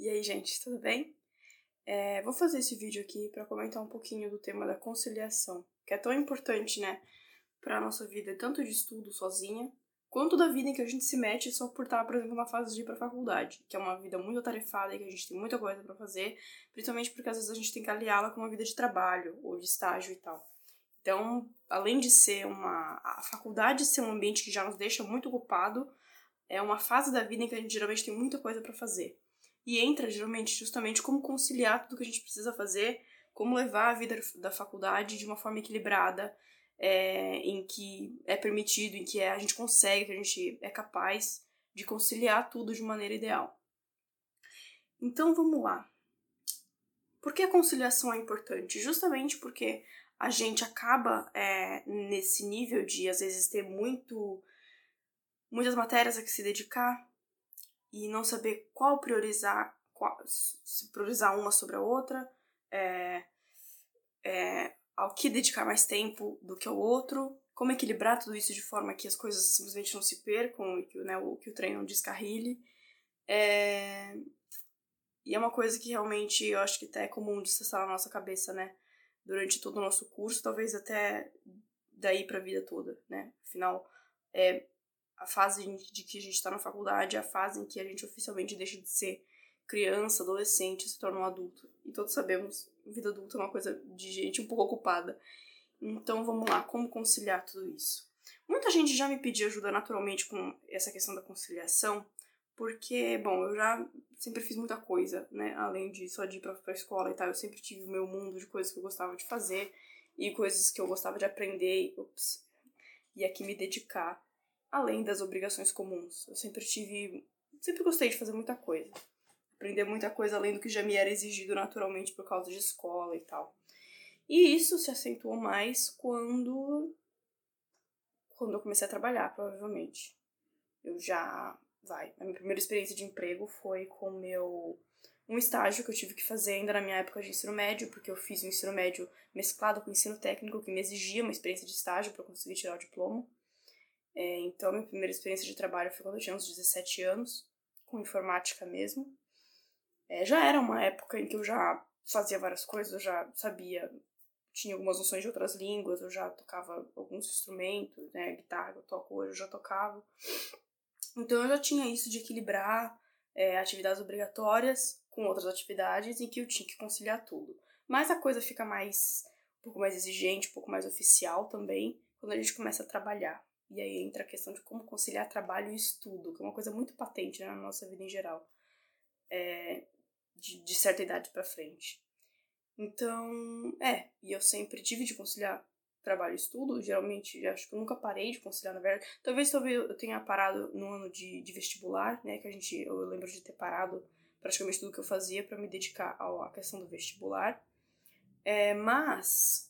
E aí, gente, tudo bem? Vou fazer esse vídeo aqui para comentar um pouquinho do tema da conciliação, que é tão importante, né, para a nossa vida, tanto de estudo sozinha, quanto da vida em que a gente se mete só por estar, por exemplo, na fase de ir para a faculdade, que é uma vida muito atarefada e que a gente tem muita coisa para fazer, principalmente porque às vezes a gente tem que aliá-la com uma vida de trabalho ou de estágio e tal. Então, além de ser a faculdade ser um ambiente que já nos deixa muito ocupado, é uma fase da vida em que a gente geralmente tem muita coisa para fazer. E entra, geralmente, justamente como conciliar tudo que a gente precisa fazer, como levar a vida da faculdade de uma forma equilibrada, em que é permitido, em que a gente consegue, que a gente é capaz de conciliar tudo de maneira ideal. Então, vamos lá. Por que a conciliação é importante? Justamente porque a gente acaba nesse nível de, às vezes, ter muitas matérias a que se dedicar, e não saber qual priorizar, se priorizar uma sobre a outra, ao que dedicar mais tempo do que ao outro, como equilibrar tudo isso de forma que as coisas simplesmente não se percam e que, que o trem não descarrile. E é uma coisa que realmente eu acho que até é comum de acessar na nossa cabeça, né? Durante todo o nosso curso, talvez até daí pra vida toda, né? Afinal, a fase de que a gente tá na faculdade é a fase em que a gente oficialmente deixa de ser criança, adolescente e se torna um adulto. E todos sabemos, vida adulta é uma coisa de gente um pouco ocupada. Então vamos lá, como conciliar tudo isso? Muita gente já me pediu ajuda naturalmente com essa questão da conciliação, porque, bom, eu já sempre fiz muita coisa, né? Além de só de ir pra escola e tal, eu sempre tive o meu mundo de coisas que eu gostava de fazer e coisas que eu gostava de aprender e aqui me dedicar, além das obrigações comuns. Eu sempre gostei de fazer muita coisa. Aprender muita coisa além do que já me era exigido naturalmente por causa de escola e tal. E isso se acentuou mais quando eu comecei a trabalhar, provavelmente. A minha primeira experiência de emprego foi com um estágio que eu tive que fazer ainda na minha época de ensino médio, porque eu fiz o ensino médio mesclado com o ensino técnico, que me exigia uma experiência de estágio para eu conseguir tirar o diploma. Então, minha primeira experiência de trabalho foi quando eu tinha uns 17 anos, com informática mesmo. Já era uma época em que eu já fazia várias coisas, eu já sabia, tinha algumas noções de outras línguas, eu já tocava alguns instrumentos, né, guitarra eu toco hoje, eu já tocava. Então eu já tinha isso de equilibrar atividades obrigatórias com outras atividades em que eu tinha que conciliar tudo. Mas a coisa fica um pouco mais exigente, um pouco mais oficial também, quando a gente começa a trabalhar. E aí entra a questão de como conciliar trabalho e estudo, que é uma coisa muito patente, né, na nossa vida em geral. De certa idade pra frente. Então, e eu sempre tive de conciliar trabalho e estudo, geralmente, acho que eu nunca parei de conciliar, na verdade. Talvez eu tenha parado no ano de vestibular, né, eu lembro de ter parado praticamente tudo que eu fazia para me dedicar à questão do vestibular. Mas,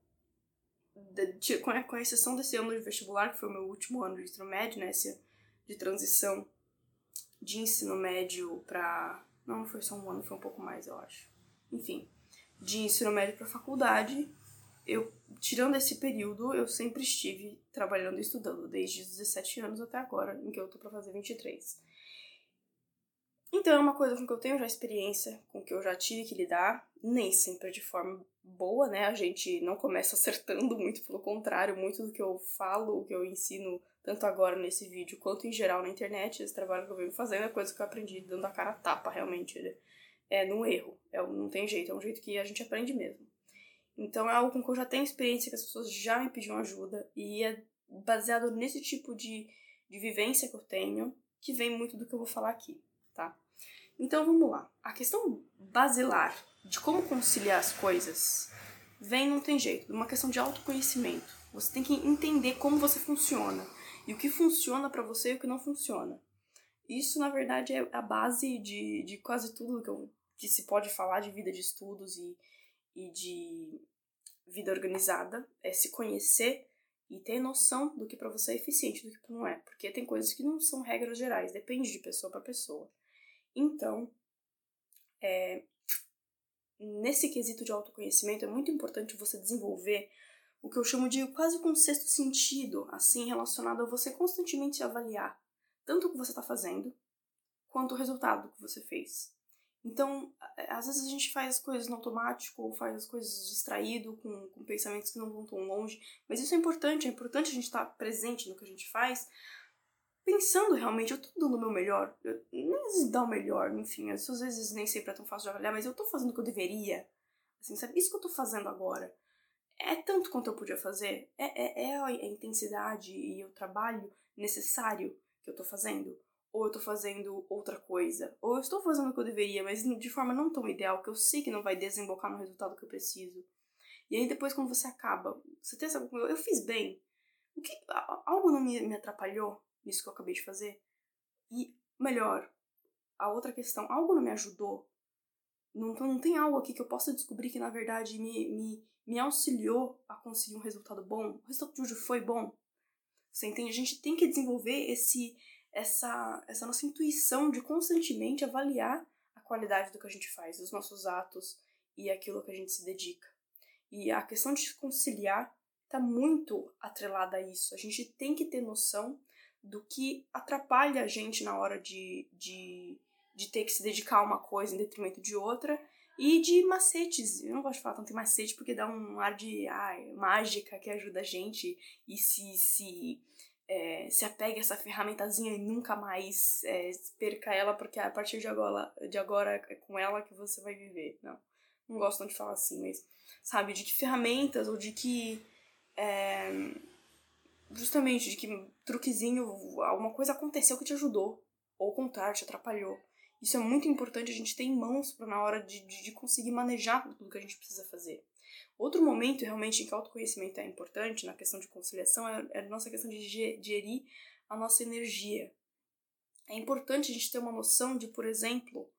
com a exceção desse ano de vestibular, que foi o meu último ano de ensino médio, né, esse de transição de ensino médio pra... Não foi só um ano, foi um pouco mais, eu acho. Enfim, de ensino médio pra faculdade, tirando esse período, eu sempre estive trabalhando e estudando, desde os 17 anos até agora, em que eu tô pra fazer 23. Então é uma coisa com que eu tenho já experiência, com que eu já tive que lidar, nem sempre de forma boa, né? A gente não começa acertando, muito pelo contrário, muito do que eu falo, o que eu ensino, tanto agora nesse vídeo quanto em geral na internet, esse trabalho que eu venho fazendo é coisa que eu aprendi dando a cara a tapa, realmente. No erro. Não tem jeito, é um jeito que a gente aprende mesmo. Então é algo com que eu já tenho experiência, que as pessoas já me pediam ajuda, e é baseado nesse tipo de vivência que eu tenho, que vem muito do que eu vou falar aqui, tá? Então vamos lá. A questão basilar de como conciliar as coisas não tem jeito, uma questão de autoconhecimento. Você tem que entender como você funciona, e o que funciona pra você e o que não funciona. Isso, na verdade, é a base de quase tudo que se pode falar de vida de estudos e de vida organizada, é se conhecer e ter noção do que pra você é eficiente, do que não é. Porque tem coisas que não são regras gerais, depende de pessoa pra pessoa. Então, nesse quesito de autoconhecimento, é muito importante você desenvolver o que eu chamo de quase um sexto sentido, assim, relacionado a você constantemente avaliar tanto o que você está fazendo, quanto o resultado que você fez. Então, às vezes a gente faz as coisas no automático ou faz as coisas distraído, com pensamentos que não vão tão longe. Mas isso é importante a gente estar presente no que a gente faz, pensando realmente, eu tô dando o meu melhor. Nem às vezes dar o melhor, enfim, às vezes nem sempre é tão fácil de avaliar, mas eu tô fazendo o que eu deveria. Assim, sabe? Isso que eu tô fazendo agora é tanto quanto eu podia fazer? É a intensidade e o trabalho necessário que eu tô fazendo? Ou eu tô fazendo outra coisa? Ou eu estou fazendo o que eu deveria, mas de forma não tão ideal, que eu sei que não vai desembocar no resultado que eu preciso. E aí depois quando você acaba, você tem essa conclusão, eu fiz bem. Algo não me atrapalhou nisso que eu acabei de fazer? E, melhor, a outra questão, algo não me ajudou? Não tem algo aqui que eu possa descobrir que, na verdade, me auxiliou a conseguir um resultado bom? O resultado de hoje foi bom? Você entende? A gente tem que desenvolver essa nossa intuição de constantemente avaliar a qualidade do que a gente faz, dos nossos atos e aquilo que a gente se dedica. E a questão de conciliar está muito atrelada a isso. A gente tem que ter noção do que atrapalha a gente na hora de ter que se dedicar a uma coisa em detrimento de outra e de macetes. Eu não gosto de falar tanto em macete porque dá um ar de mágica que ajuda a gente e se apegue a essa ferramentazinha e nunca mais perca ela, porque a partir de agora é com ela que você vai viver. Não gosto de falar assim, mas sabe, de que ferramentas ou de que justamente de que truquezinho, alguma coisa aconteceu que te ajudou, ou ao contrário, te atrapalhou. Isso é muito importante a gente ter em mãos para na hora de conseguir manejar tudo que a gente precisa fazer. Outro momento realmente em que o autoconhecimento é importante na questão de conciliação é a nossa questão de gerir a nossa energia. É importante a gente ter uma noção de, por exemplo,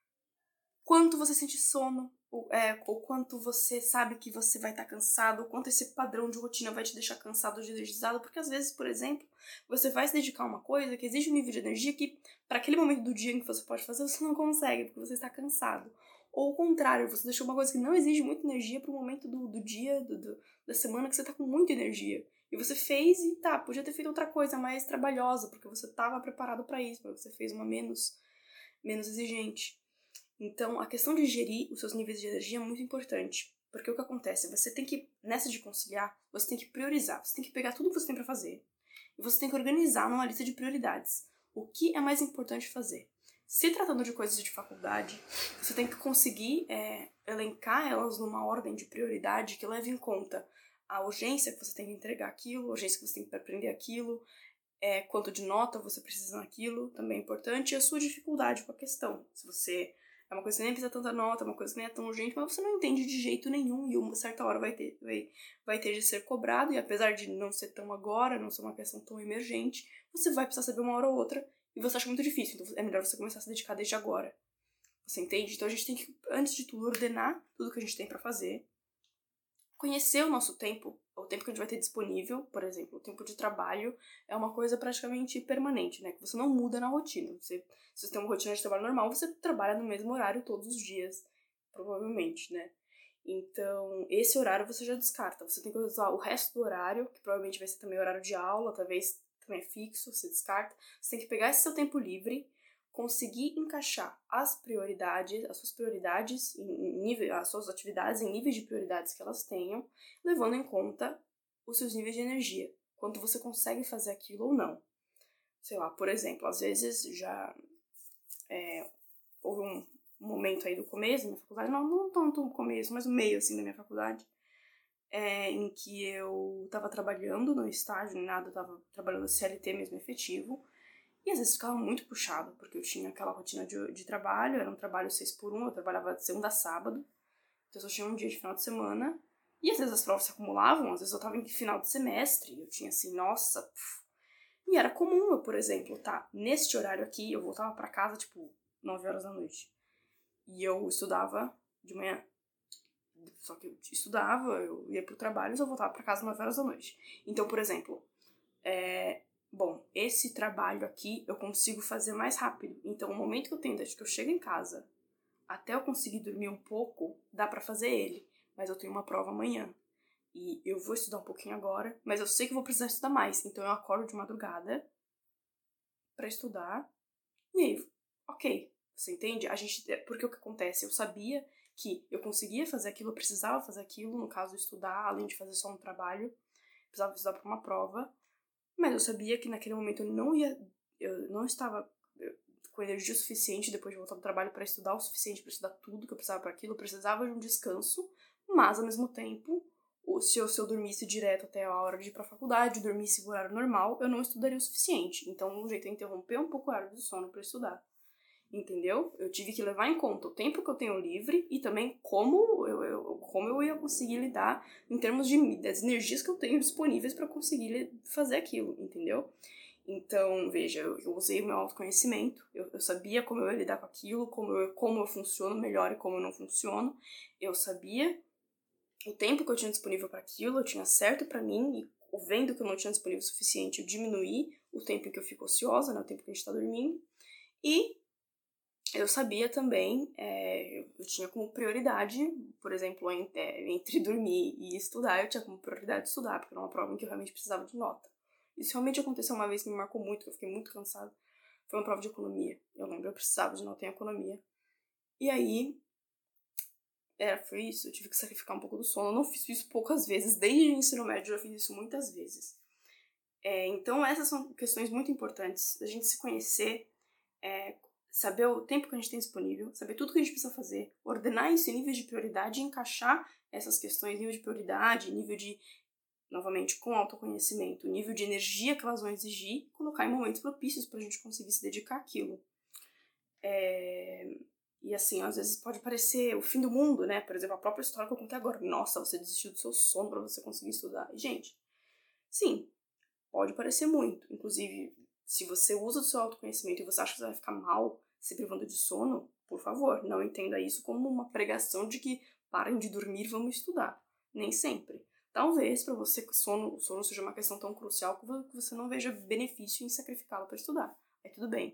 quanto você sente sono, ou quanto você sabe que você vai estar cansado, ou quanto esse padrão de rotina vai te deixar cansado ou energizado, porque às vezes, por exemplo, você vai se dedicar a uma coisa que exige um nível de energia que, para aquele momento do dia em que você pode fazer, você não consegue, porque você está cansado. Ou o contrário, você deixou uma coisa que não exige muita energia para o momento do dia, da semana que você está com muita energia. E você fez e podia ter feito outra coisa mais trabalhosa, porque você estava preparado para isso, porque você fez uma menos exigente. Então, a questão de gerir os seus níveis de energia é muito importante. Porque o que acontece? Você tem que, nessa de conciliar, você tem que priorizar. Você tem que pegar tudo que você tem para fazer. E você tem que organizar numa lista de prioridades. O que é mais importante fazer? Se tratando de coisas de faculdade, você tem que conseguir elencar elas numa ordem de prioridade que leve em conta a urgência que você tem que entregar aquilo, a urgência que você tem que aprender aquilo, quanto de nota você precisa naquilo, também é importante, e a sua dificuldade com a questão. Se você é uma coisa que nem precisa tanta nota, uma coisa que nem é tão urgente, mas você não entende de jeito nenhum e uma certa hora vai ter de ser cobrado, e apesar de não ser tão agora, não ser uma questão tão emergente, você vai precisar saber uma hora ou outra e você acha muito difícil, então é melhor você começar a se dedicar desde agora. Você entende? Então a gente tem que, antes de tudo, ordenar tudo que a gente tem pra fazer, conhecer o nosso tempo, o tempo que a gente vai ter disponível, por exemplo, o tempo de trabalho é uma coisa praticamente permanente, né? Que você não muda na rotina. Se você tem uma rotina de trabalho normal, você trabalha no mesmo horário todos os dias, provavelmente, né? Então, esse horário você já descarta. Você tem que usar o resto do horário, que provavelmente vai ser também horário de aula, talvez também é fixo, você descarta. Você tem que pegar esse seu tempo livre, conseguir encaixar as suas prioridades as suas atividades em níveis de prioridades que elas tenham, levando em conta os seus níveis de energia, quanto você consegue fazer aquilo ou não. Sei lá, por exemplo, às vezes já houve um momento aí do começo da minha faculdade, não tanto no começo, mas no meio assim da minha faculdade, em que eu tava trabalhando no estágio, nem nada, eu tava trabalhando CLT mesmo efetivo, e às vezes ficava muito puxado, porque eu tinha aquela rotina de trabalho, era um trabalho 6x1, eu trabalhava de segunda a sábado, então eu só tinha um dia de final de semana, e às vezes as provas se acumulavam, às vezes eu tava em final de semestre, e eu tinha assim, nossa, e era comum eu, por exemplo, neste horário aqui, eu voltava pra casa, tipo, 9 horas da noite, e eu estudava de manhã, só que eu estudava, eu ia pro trabalho e eu voltava pra casa 9 horas da noite. Então, por exemplo, bom, esse trabalho aqui eu consigo fazer mais rápido. Então, o momento que eu tenho desde que eu chego em casa até eu conseguir dormir um pouco, dá pra fazer ele. Mas eu tenho uma prova amanhã. E eu vou estudar um pouquinho agora, mas eu sei que eu vou precisar estudar mais. Então, eu acordo de madrugada pra estudar. E aí, ok, Você entende? Porque o que acontece? Eu sabia que eu conseguia fazer aquilo, eu precisava fazer aquilo, no caso, estudar, além de fazer só um trabalho, precisava estudar para uma prova, mas eu sabia que naquele momento eu não estava com energia suficiente depois de voltar do trabalho para estudar o suficiente para estudar tudo que eu precisava para aquilo, eu precisava de um descanso, mas ao mesmo tempo, se eu dormisse direto até a hora de ir para a faculdade, dormisse o horário normal, eu não estudaria o suficiente. Então, um jeito é interromper um pouco o horário de sono para estudar. Entendeu? Eu tive que levar em conta o tempo que eu tenho livre e também como eu ia conseguir lidar em termos das energias que eu tenho disponíveis para conseguir fazer aquilo, entendeu? Então, veja, eu usei o meu autoconhecimento, eu sabia como eu ia lidar com aquilo, como eu funciono melhor e como eu não funciono. Eu sabia o tempo que eu tinha disponível para aquilo, eu tinha certo para mim, e vendo que eu não tinha disponível o suficiente, eu diminuí o tempo em que eu fico ociosa, né, o tempo que a gente tá dormindo. E eu sabia também, eu tinha como prioridade, por exemplo, entre dormir e estudar, eu tinha como prioridade estudar, porque era uma prova em que eu realmente precisava de nota. Isso realmente aconteceu uma vez que me marcou muito, que eu fiquei muito cansada. Foi uma prova de economia. Eu lembro, eu precisava de nota em economia. E aí, foi isso. Eu tive que sacrificar um pouco do sono. Eu não fiz isso poucas vezes. Desde o ensino médio eu já fiz isso muitas vezes. Então, essas são questões muito importantes. Da gente se conhecer, saber o tempo que a gente tem disponível, saber tudo que a gente precisa fazer, ordenar isso em níveis de prioridade e encaixar essas questões em nível de prioridade, nível de, novamente, com autoconhecimento, nível de energia que elas vão exigir, colocar em momentos propícios pra gente conseguir se dedicar àquilo. E assim, às vezes pode parecer o fim do mundo, né? Por exemplo, a própria história que eu contei agora. Nossa, você desistiu do seu sono pra você conseguir estudar. E, gente, sim, pode parecer muito. Inclusive, se você usa do seu autoconhecimento e você acha que você vai ficar mal se privando de sono, por favor, não entenda isso como uma pregação de que parem de dormir e vamos estudar. Nem sempre. Talvez para você o sono seja uma questão tão crucial que você não veja benefício em sacrificá-lo para estudar. Aí tudo bem.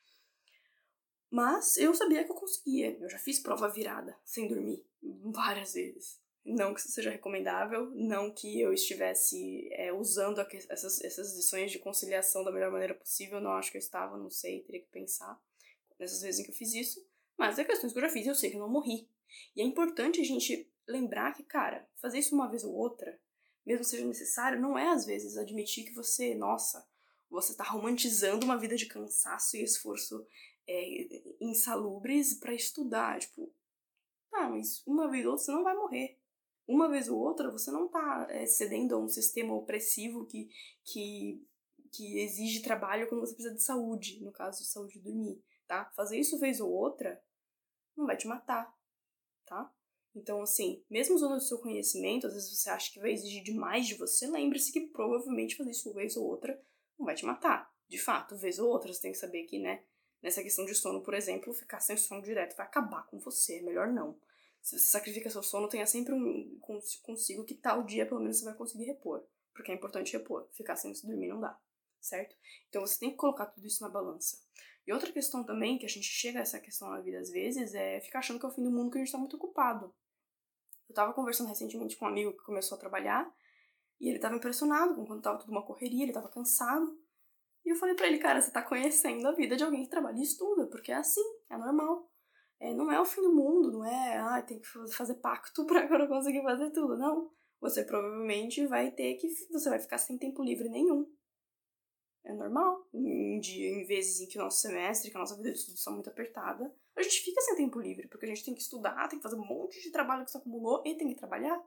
Mas eu sabia que eu conseguia. Eu já fiz prova virada, sem dormir, várias vezes. Não que isso seja recomendável, não que eu estivesse usando essas lições de conciliação da melhor maneira possível, não acho que eu estava, não sei, teria que pensar nessas vezes em que eu fiz isso, mas é questões que eu já fiz e eu sei que eu não morri. E é importante a gente lembrar que, cara, fazer isso uma vez ou outra, mesmo que seja necessário, não é às vezes admitir que você tá romantizando uma vida de cansaço e esforço insalubres pra estudar, tipo, mas uma vez ou outra você não vai morrer. Uma vez ou outra você não tá cedendo a um sistema opressivo que exige trabalho quando você precisa de saúde, no caso de saúde dormir, tá? Fazer isso vez ou outra não vai te matar, tá? Então, assim, mesmo usando o seu conhecimento, às vezes você acha que vai exigir demais de você, lembre-se que provavelmente fazer isso vez ou outra não vai te matar. De fato, vez ou outra você tem que saber que, né, nessa questão de sono, por exemplo, ficar sem sono direto vai acabar com você, é melhor não. Se você sacrifica seu sono, tenha sempre consigo que tal dia pelo menos você vai conseguir repor. Porque é importante repor. Ficar sem dormir não dá, certo? Então você tem que colocar tudo isso na balança. E outra questão também, que a gente chega a essa questão na vida às vezes, é ficar achando que é o fim do mundo que a gente tá muito ocupado. Eu tava conversando recentemente com um amigo que começou a trabalhar, e ele tava impressionado com quando tava tudo uma correria, ele tava cansado. E eu falei pra ele, cara, você tá conhecendo a vida de alguém que trabalha e estuda, porque é assim, é normal. Não é o fim do mundo, não é, tem que fazer pacto pra agora conseguir fazer tudo, não. Você provavelmente você vai ficar sem tempo livre nenhum. É normal. Em vezes em que o nosso semestre, que a nossa vida de estudo está muito apertada, a gente fica sem tempo livre, porque a gente tem que estudar, tem que fazer um monte de trabalho que se acumulou e tem que trabalhar.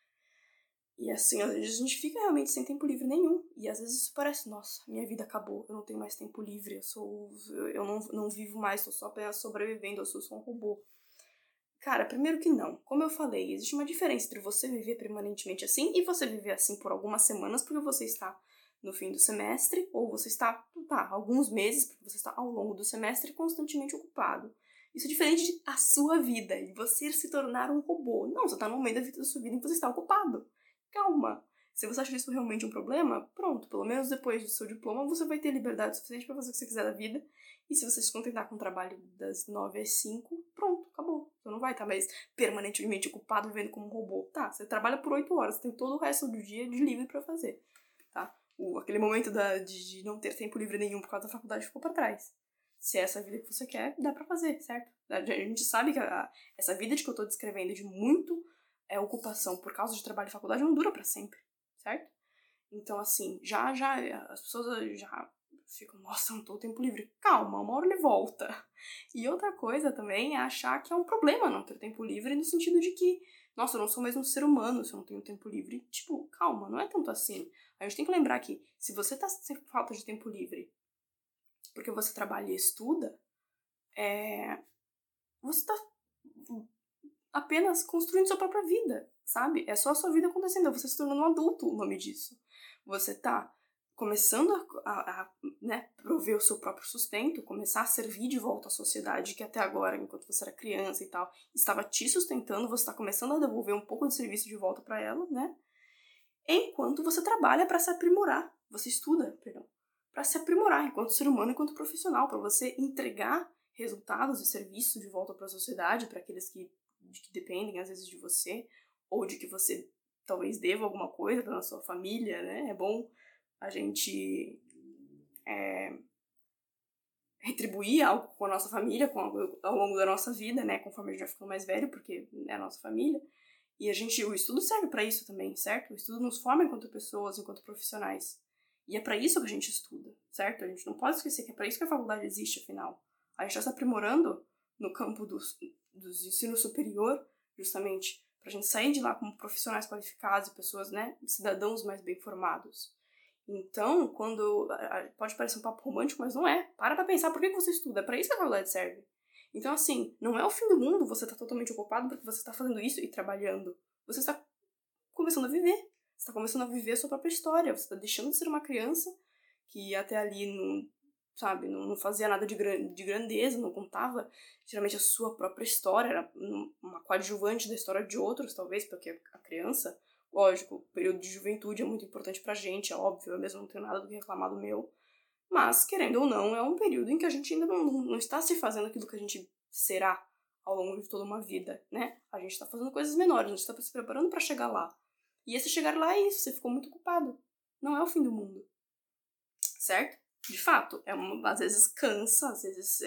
E assim, às vezes a gente fica realmente sem tempo livre nenhum. E às vezes isso parece, nossa, minha vida acabou, eu não tenho mais tempo livre, eu não vivo mais, tô só apenas sobrevivendo, eu sou só um robô. Cara, primeiro que não. Como eu falei, existe uma diferença entre você viver permanentemente assim e você viver assim por algumas semanas porque você está no fim do semestre, ou você está, alguns meses, porque você está ao longo do semestre constantemente ocupado. Isso é diferente de a sua vida e você se tornar um robô. Não, você está no meio da vida da sua vida em que você está ocupado. Calma. Se você acha isso realmente um problema, pronto, pelo menos depois do seu diploma você vai ter liberdade suficiente para fazer o que você quiser da vida. E se você se contentar com o trabalho das 9 às 5, pronto, acabou. Você não vai estar mais permanentemente ocupado vivendo como um robô. Tá, você trabalha por 8 horas, você tem todo o resto do dia de livre para fazer, tá? Aquele momento de não ter tempo livre nenhum por causa da faculdade ficou para trás. se é essa vida que você quer, dá pra fazer, certo? A gente sabe que essa vida de que eu tô descrevendo de muito ocupação por causa de trabalho e faculdade não dura pra sempre, certo? Então, assim, já as pessoas já ficam, nossa, não tô tempo livre. Calma, uma hora ele volta. E outra coisa também é achar que é um problema não ter tempo livre no sentido de que, nossa, eu não sou mais um ser humano se eu não tenho tempo livre. Tipo, calma, não é tanto assim. A gente tem que lembrar que se você tá sem falta de tempo livre porque você trabalha e estuda, você tá apenas construindo sua própria vida, sabe? É só a sua vida acontecendo, é você se tornando um adulto, o nome disso. Você tá começando né, prover o seu próprio sustento, começar a servir de volta à sociedade que até agora, enquanto você era criança e tal, estava te sustentando, você tá começando a devolver um pouco de serviço de volta para ela, né? Enquanto você trabalha para se aprimorar, você estuda, perdão, para se aprimorar enquanto ser humano, enquanto profissional, para você entregar resultados e serviço de volta para a sociedade, para aqueles que dependem às vezes de você, ou de que você talvez deva alguma coisa para a sua família, né? É bom a gente retribuir algo com a nossa família ao longo da nossa vida, né? Conforme a gente vai ficando mais velho, porque é a nossa família. E o estudo serve para isso também, certo? O estudo nos forma enquanto pessoas, enquanto profissionais. E é para isso que a gente estuda, certo? A gente não pode esquecer que é para isso que a faculdade existe, afinal. A gente está se aprimorando no campo dos ensino superior, justamente, para a gente sair de lá como profissionais qualificados e pessoas, né, cidadãos mais bem formados. Então, quando pode parecer um papo romântico, mas não é. Para pra pensar por que você estuda. É para isso que a faculdade serve. Então, assim, não é o fim do mundo você tá totalmente ocupado porque você tá fazendo isso e trabalhando. Você está começando a viver. Você está começando a viver a sua própria história. Você está deixando de ser uma criança que até ali não, sabe, não fazia nada de grandeza, não contava geralmente a sua própria história, era uma coadjuvante da história de outros, talvez, porque a criança, lógico, o período de juventude é muito importante pra gente, é óbvio, eu mesmo não tenho nada do que reclamar do meu, mas, querendo ou não, é um período em que a gente ainda não está se fazendo aquilo que a gente será ao longo de toda uma vida, né? A gente está fazendo coisas menores, a gente está se preparando para chegar lá. E esse chegar lá é isso, você ficou muito ocupado. Não é o fim do mundo. Certo? De fato, às vezes cansa, às vezes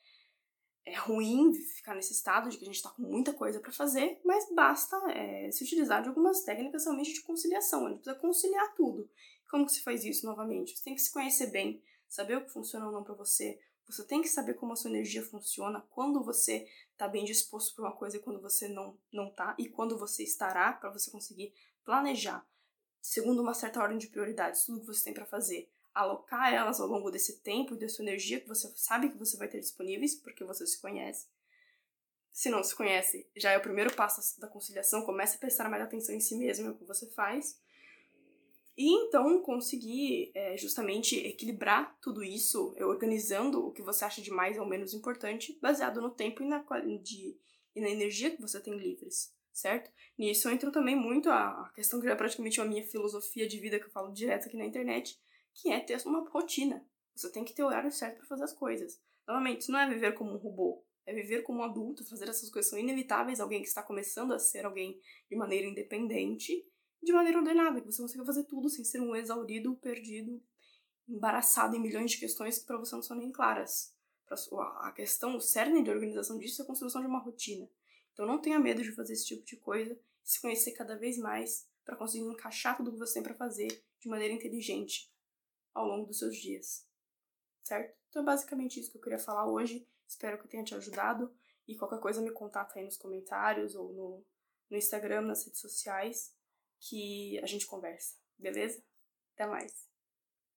é ruim ficar nesse estado de que a gente tá com muita coisa para fazer, mas basta se utilizar de algumas técnicas realmente de conciliação. A gente precisa conciliar tudo. Como que se faz isso novamente? Você tem que se conhecer bem, saber o que funciona ou não para você. Você tem que saber como a sua energia funciona, quando você tá bem disposto para uma coisa e quando você não tá, e quando você estará, para você conseguir planejar, segundo uma certa ordem de prioridades, tudo que você tem para fazer, alocar elas ao longo desse tempo e da sua energia que você sabe que você vai ter disponíveis, porque você se conhece. Se não se conhece, já é o primeiro passo da conciliação, comece a prestar mais atenção em si mesmo, no que você faz. E então conseguir justamente equilibrar tudo isso, organizando o que você acha de mais ou menos importante, baseado no tempo e na energia que você tem livres, certo? Nisso entra também muito a questão que já é praticamente a minha filosofia de vida que eu falo direto aqui na internet, que é ter uma rotina. Você tem que ter o horário certo para fazer as coisas. Novamente, isso não é viver como um robô, é viver como um adulto, fazer essas coisas são inevitáveis, alguém que está começando a ser alguém de maneira independente, de maneira ordenada, que você consiga fazer tudo sem ser um exaurido, perdido, embaraçado em milhões de questões que para você não são nem claras. A questão, o cerne de organização disso é a construção de uma rotina. Então não tenha medo de fazer esse tipo de coisa, se conhecer cada vez mais para conseguir encaixar tudo que você tem para fazer de maneira inteligente ao longo dos seus dias, certo? Então é basicamente isso que eu queria falar hoje, espero que eu tenha te ajudado e qualquer coisa me contata aí nos comentários ou no Instagram, nas redes sociais, que a gente conversa, beleza? Até mais!